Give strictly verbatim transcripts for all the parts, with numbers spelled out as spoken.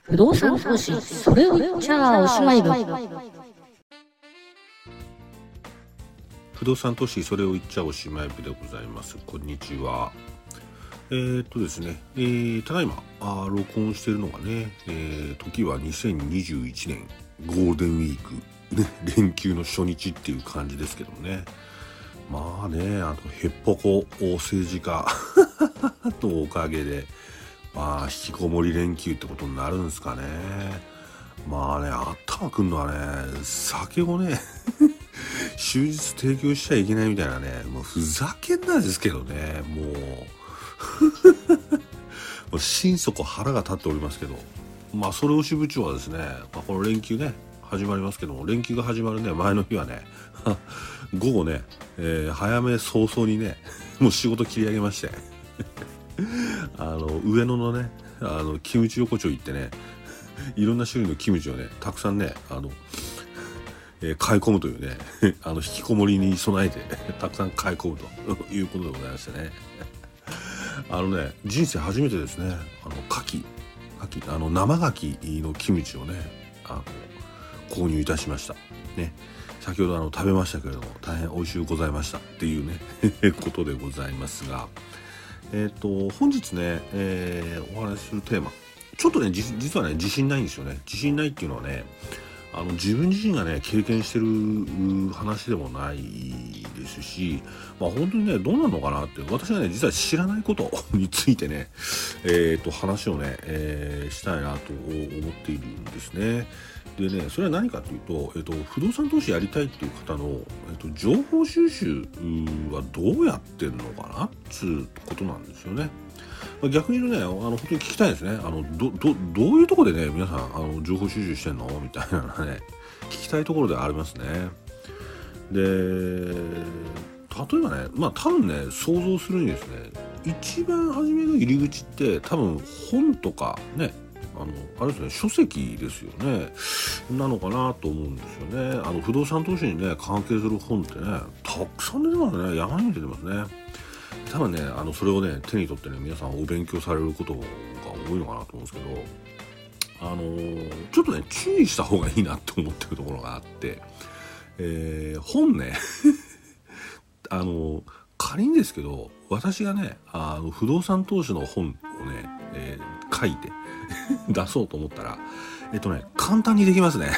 不動産投資、それを言っちゃおしまい部。 不動産投資、それを言っちゃおしまい部でございます。こんにちは。えー、っとですね、えー、ただいまあ録音しているのがね、えー、時はにせんにじゅういちねんゴールデンウィーク、ね、連休の初日っていう感じですけどね。まあね、あのへっぽこ政治家のおかげで、まあ引きこもり連休ってことになるんですかね。まあね、頭くんのはね、酒をね終日提供しちゃいけないみたいなね、もうふざけんなですけどね、もうもう心底腹が立っておりますけど、まあそれを支部長はですね、まあ、この連休ね始まりますけども、連休が始まるね前の日はね午後ね、えー、早め早々にねもう仕事切り上げましてあの上野のねあのキムチ横丁行ってね、いろんな種類のキムチをねたくさんねあの、えー、買い込むというねあの引きこもりに備えてたくさん買い込むということでございましてねあのね人生初めてですね、あの牡蠣牡蠣あの生牡蠣のキムチをねあの購入いたしましたね。先ほどあの食べましたけれども大変美味しゅうございましたっていうねことでございますが、えっと本日ね、えー、お話しするテーマ、ちょっとね実はね自信ないんですよね。自信ないっていうのはね、あの自分自身がね経験してる話でもないですし、まあ本当にねどうなのかなって、私がね実は知らないことについてね、えー、と話をね、えー、したいなと思っているんですね。でね、それは何かというと、えっと、不動産投資やりたいっていう方の、えっと、情報収集はどうやってんのかなっつうことなんですよね。逆に言うとね、あの本当に聞きたいですね。あのどどどういうところでね皆さんあの情報収集してんのみたいなのね聞きたいところでありますね。で、例えばね、まあ多分ね想像するにですね、一番初めの入り口って多分本とかね、あのあれですね、書籍ですよねなのかなと思うんですよね。あの不動産投資にね関係する本ってねたくさん出てますね。山に出てますね。多分ねあのそれをね手に取ってね皆さんお勉強されることが多いのかなと思うんですけど、あのー、ちょっとね注意した方がいいなって思ってるところがあって、えー、本ねあのー、仮にですけど私がねあの不動産投資の本をね、えー、書いて出そうと思ったらえっとね簡単にできますね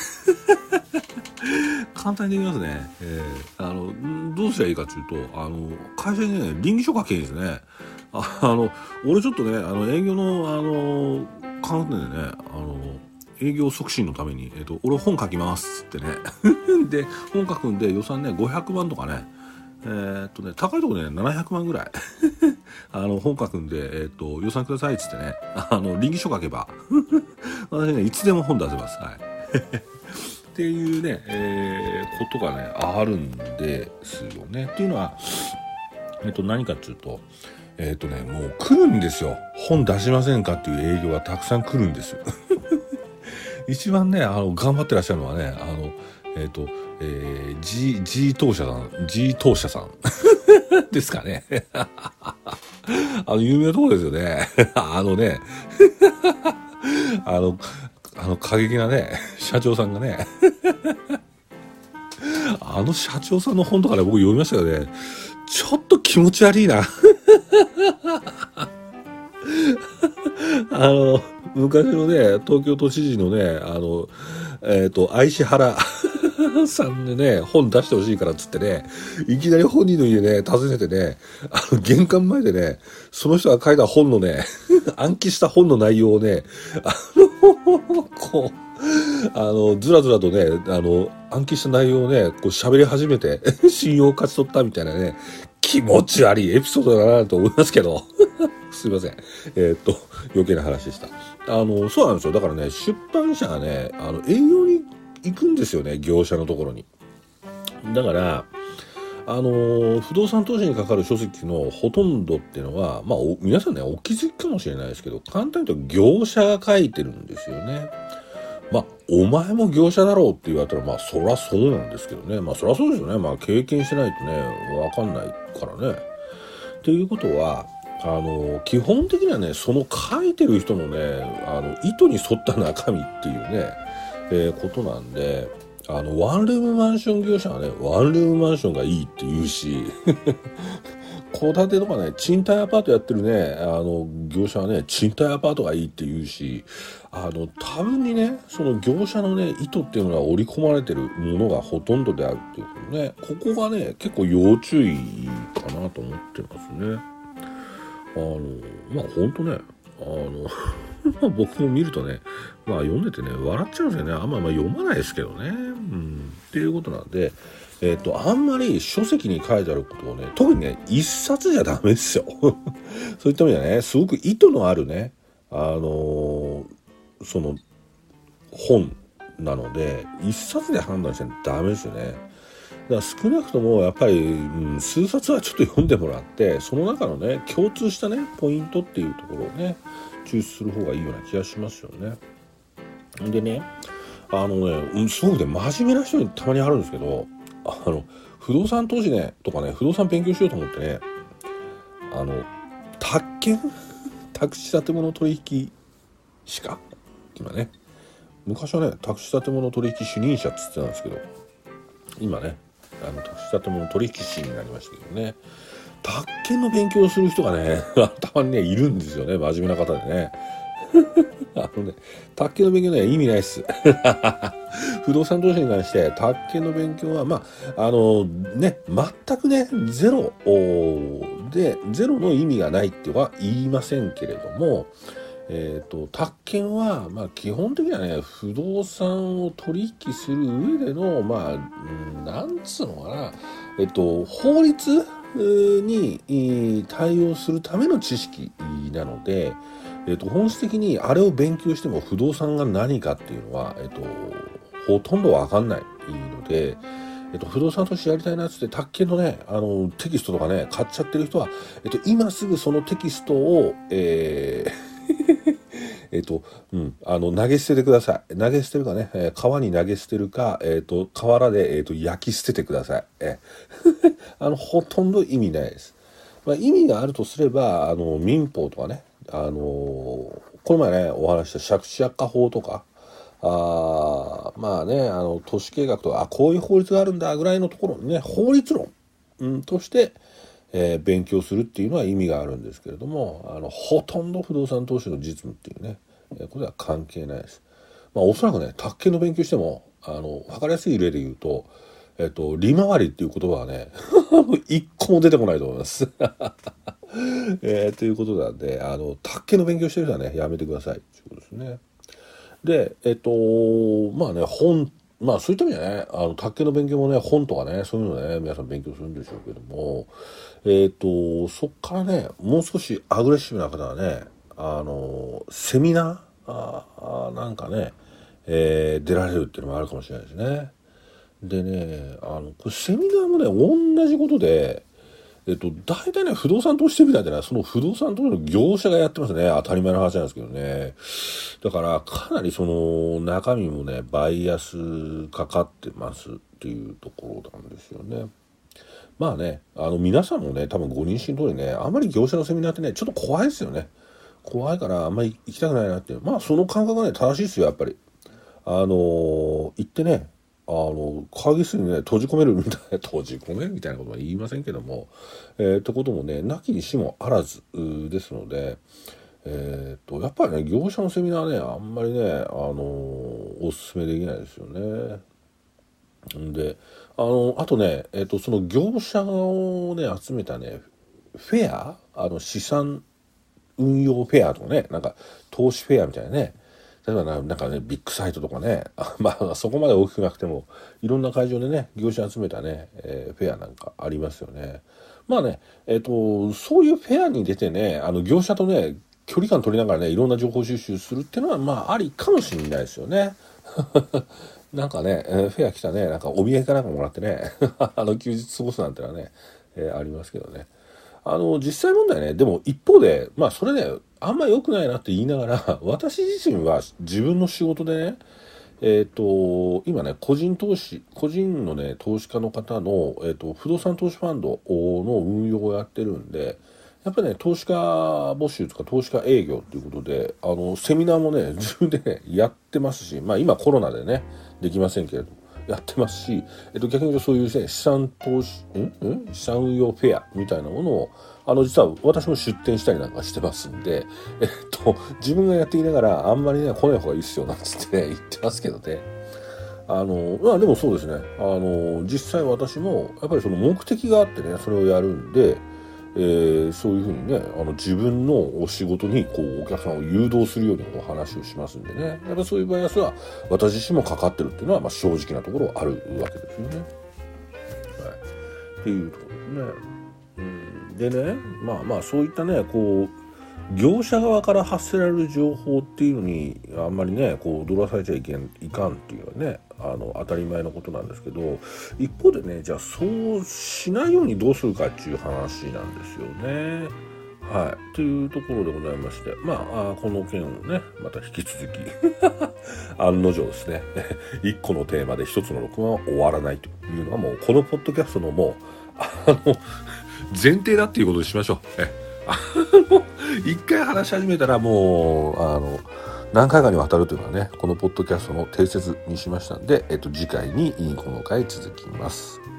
簡単にできますね。えー、あのどうすればいいかというと、あの会社にね稟議書書けんですね。ああの俺ちょっとねあの営業のあの観点でねあの営業促進のために、えー、と俺本書きますってねで本書くんで予算ねごひゃくまんとかね、えー、っとね高いところねななひゃくまんぐらいあの本書くんで、えー、っと予算くださいっつってねあの稟議書書けば私ねいつでも本出せます。はいっていうね、えー、ことがねあるんですよね。っていうのは、えっと何かっていうと、えっとねもう来るんですよ。本出しませんかっていう営業がたくさん来るんですよ。一番ねあの頑張ってらっしゃるのはねあのえっと、えー、G G 当社さん G 当社さんですかね。あの有名なところですよね。あのねあのあの過激なね社長さんがねあの社長さんの本とかね僕読みましたよね。ちょっと気持ち悪いなあの昔のね東京都知事のねあのえっと愛知原さんでね本出してほしいからっつってねいきなり本人の家ね訪ねてねあの玄関前でねその人が書いた本のね暗記した本の内容をねあのこうあのずらずらとねあの暗記した内容をねこう喋り始めて信用を勝ち取ったみたいなね気持ち悪いエピソードだなと思いますけどすいません。えー、っと余計な話でした。あのそうなんですよ。だからね出版社がねあの営業に行くんですよね、業者のところに。だからあのー、不動産投資にかかる書籍のほとんどっていうのは、まあ、皆さんねお気づきかもしれないですけど簡単に言うと業者が書いてるんですよね。まあお前も業者だろうって言われたらまあそりゃそうなんですけどね。まあそりゃそうですよね。まあ経験してないとねわかんないからね。っていうことはあの基本的にはね、その書いてる人のね、あの意図に沿った中身っていうね、えー、ことなんで、あのワンルームマンション業者はね、ワンルームマンションがいいって言うし戸建てとかね、賃貸アパートやってるね、あの業者はね、賃貸アパートがいいって言うし、あの多分にね、その業者のね意図っていうのが織り込まれてるものがほとんどであるっていうことね、ここがね結構要注意かなと思ってますね。あのまあ本当ね、あの僕も見るとね、まあ読んでてね笑っちゃうんですよね。あんままあ読まないですけどね、うん、っていうことなんで、えっとあんまり書籍に書いてあることをね、特にね一冊じゃダメですよそういった意味ではね、すごく意図のあるね、あのその本なので、一冊で判断しちゃダメですよね。だから少なくともやっぱり、うん、数冊はちょっと読んでもらって、その中のね共通したねポイントっていうところをね抽出する方がいいような気がしますよね。でね、あのね、うん、すごくね真面目な人にたまにあるんですけど、あの不動産投資ねとかね、不動産勉強しようと思ってね、あの宅建宅地建物取引士か今ね、昔はね宅地建物取引主任者って言ってたんですけど、今ねあの宅地建物取引士になりましたけどね、宅建の勉強をする人がねたまにねいるんですよね、真面目な方でねあのね、宅建の勉強ね意味ないっす不動産投資に関して宅建の勉強はまああのね全くねゼロでゼロの意味がないっては言いませんけれども、えーと、宅建は、まあ、基本的にはね不動産を取引する上でのまあ、うん、なんつうのかな、えっと法律に対応するための知識なので、えっと、本質的にあれを勉強しても不動産が何かっていうのは、えっと、ほとんどわかんないので、えっと、不動産投資やりたいなっつって宅建のねあのテキストとかね買っちゃってる人は、えっと、今すぐそのテキストを、えーえっと、うん、あの、投げ捨ててください。投げ捨てるかね、えー、川に投げ捨てるか、えっと、河原で、えっと、焼き捨ててください。えー、あの、ほとんど意味ないです。まあ、意味があるとすれば、あの、民法とかね、あのー、この前ね、お話した借地借家法とか、あまあね、あの、都市計画とか、あ、こういう法律があるんだぐらいのところにね、法律論、うん、として、えー、勉強するっていうのは意味があるんですけれども、あのほとんど不動産投資の実務っていうね、えー、これは関係ないです。まあおそらくね宅建の勉強してもあの分かりやすい例で言うと、えっと利回りっていう言葉はね一個も出てこないと思いますえー、ということなんで、あの宅建の勉強してる人はねやめてくださいっていうことですね。でえっとまあね本まあそういった意味ではね、あの宅建の勉強もね本とかねそういうのね皆さん勉強するんでしょうけども、えっとそっからねもう少しアグレッシブな方はね、あのセミナーああなんかね、えー、出られるっていうのもあるかもしれないですね。でね、あのこれセミナーもね同じことで、えっと大体ね不動産投資みたいなその不動産投資の業者がやってますね。当たり前の話なんですけどね。だからかなりその中身もねバイアスかかってますっていうところなんですよね。まあね、あの皆さんもね多分ご認識の通りね、あんまり業者のセミナーってねちょっと怖いですよね。怖いからあんまり行きたくないなっていう、まあその感覚がね正しいですよやっぱり。あのー、行ってね、あの会議室にね閉じ込めるみたいな閉じ込めるみたいなことは言いませんけども、えー、ってこともねなきにしもあらずですので、えー、とやっぱりね業者のセミナーねあんまりね、あのー、おすすめできないですよね。であのあとね、えー、とその業者をね集めたねフェア、あの資産運用フェアとかね、なんか投資フェアみたいなね、例えばな、なんかねビッグサイトとかねまあそこまで大きくなくてもいろんな会場でね業者集めたね、えー、フェアなんかありますよね。まあね、えっとそういうフェアに出てね、あの業者とね距離感取りながらねいろんな情報収集するっていうのはまあありかもしれないですよねなんかね、えー、フェア来たね、なんかお土産かなんかもらってねあの休日過ごすなんてのはね、えー、ありますけどね。あの実際問題ね、でも一方でまあそれねあんま良くないなって言いながら私自身は自分の仕事でね、えっと今ね個人投資個人のね投資家の方の、えー、と不動産投資ファンドの運用をやってるんで、 やっぱりね、投資家募集とか投資家営業ということで、あのセミナーもね自分でねやってますし、まあ今コロナでねできませんけれどもやってますし、えっと、逆に言うとそういう、ね、資産投資んん資産運用フェアみたいなものをあの実は私も出店したりなんかしてますんで、えっと自分がやっていながらあんまりね来ない方がいいっすよなんつって、ね、言ってますけどね。あのまあでもそうですね、あの実際私もやっぱりその目的があってねそれをやるんで、えー、そういうふうにねあの自分のお仕事にこうお客さんを誘導するようにこう話をしますんでね、やっぱそういうバイアスは私自身もかかってるっていうのはまあ正直なところあるわけですよね。はい、っていうところですね。うん、でねまあまあそういったねこう業者側から発せられる情報っていうのにあんまりねこう踊らされちゃいけんいかんっていうのはねあの当たり前のことなんですけど、一方でねじゃあそうしないようにどうするかっていう話なんですよね。はい、というところでございまして、まあ、あこの件をねまた引き続き案の定ですね一個のテーマで一つの録音は終わらないというのがもうこのポッドキャストのもうあの前提だっていうことにしましょう。えあの一回話し始めたらもうあの何回かにわたるというのはねこのポッドキャストの定説にしましたんで、えっと、次回にこの回続きます。